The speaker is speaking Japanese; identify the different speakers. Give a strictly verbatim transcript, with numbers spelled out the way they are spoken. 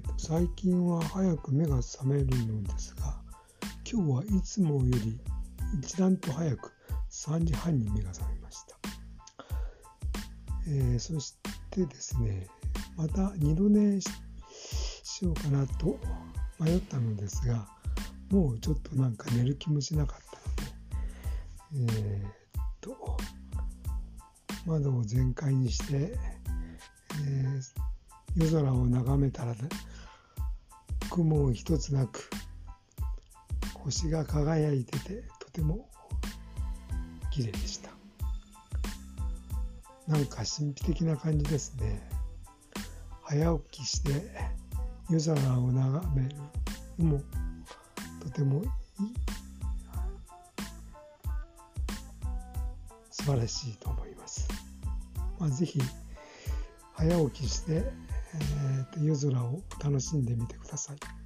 Speaker 1: と最近は早く目が覚めるのですが、今日はいつもより一段と早くさんじはんに目が覚めました。えー、そしてですね、また二度寝 し, しようかなと迷ったのですが、もうちょっとなんか寝る気もしなかったので、えー、っと窓を全開にして、えー、夜空を眺めたら、ね、雲一つなく星が輝いててとても綺麗でした。なんか神秘的な感じですね。早起きして夜空を眺めるのもとてもいい、素晴らしいと思います。まあ、ぜひ早起きして、えー、夜空を楽しんでみてください。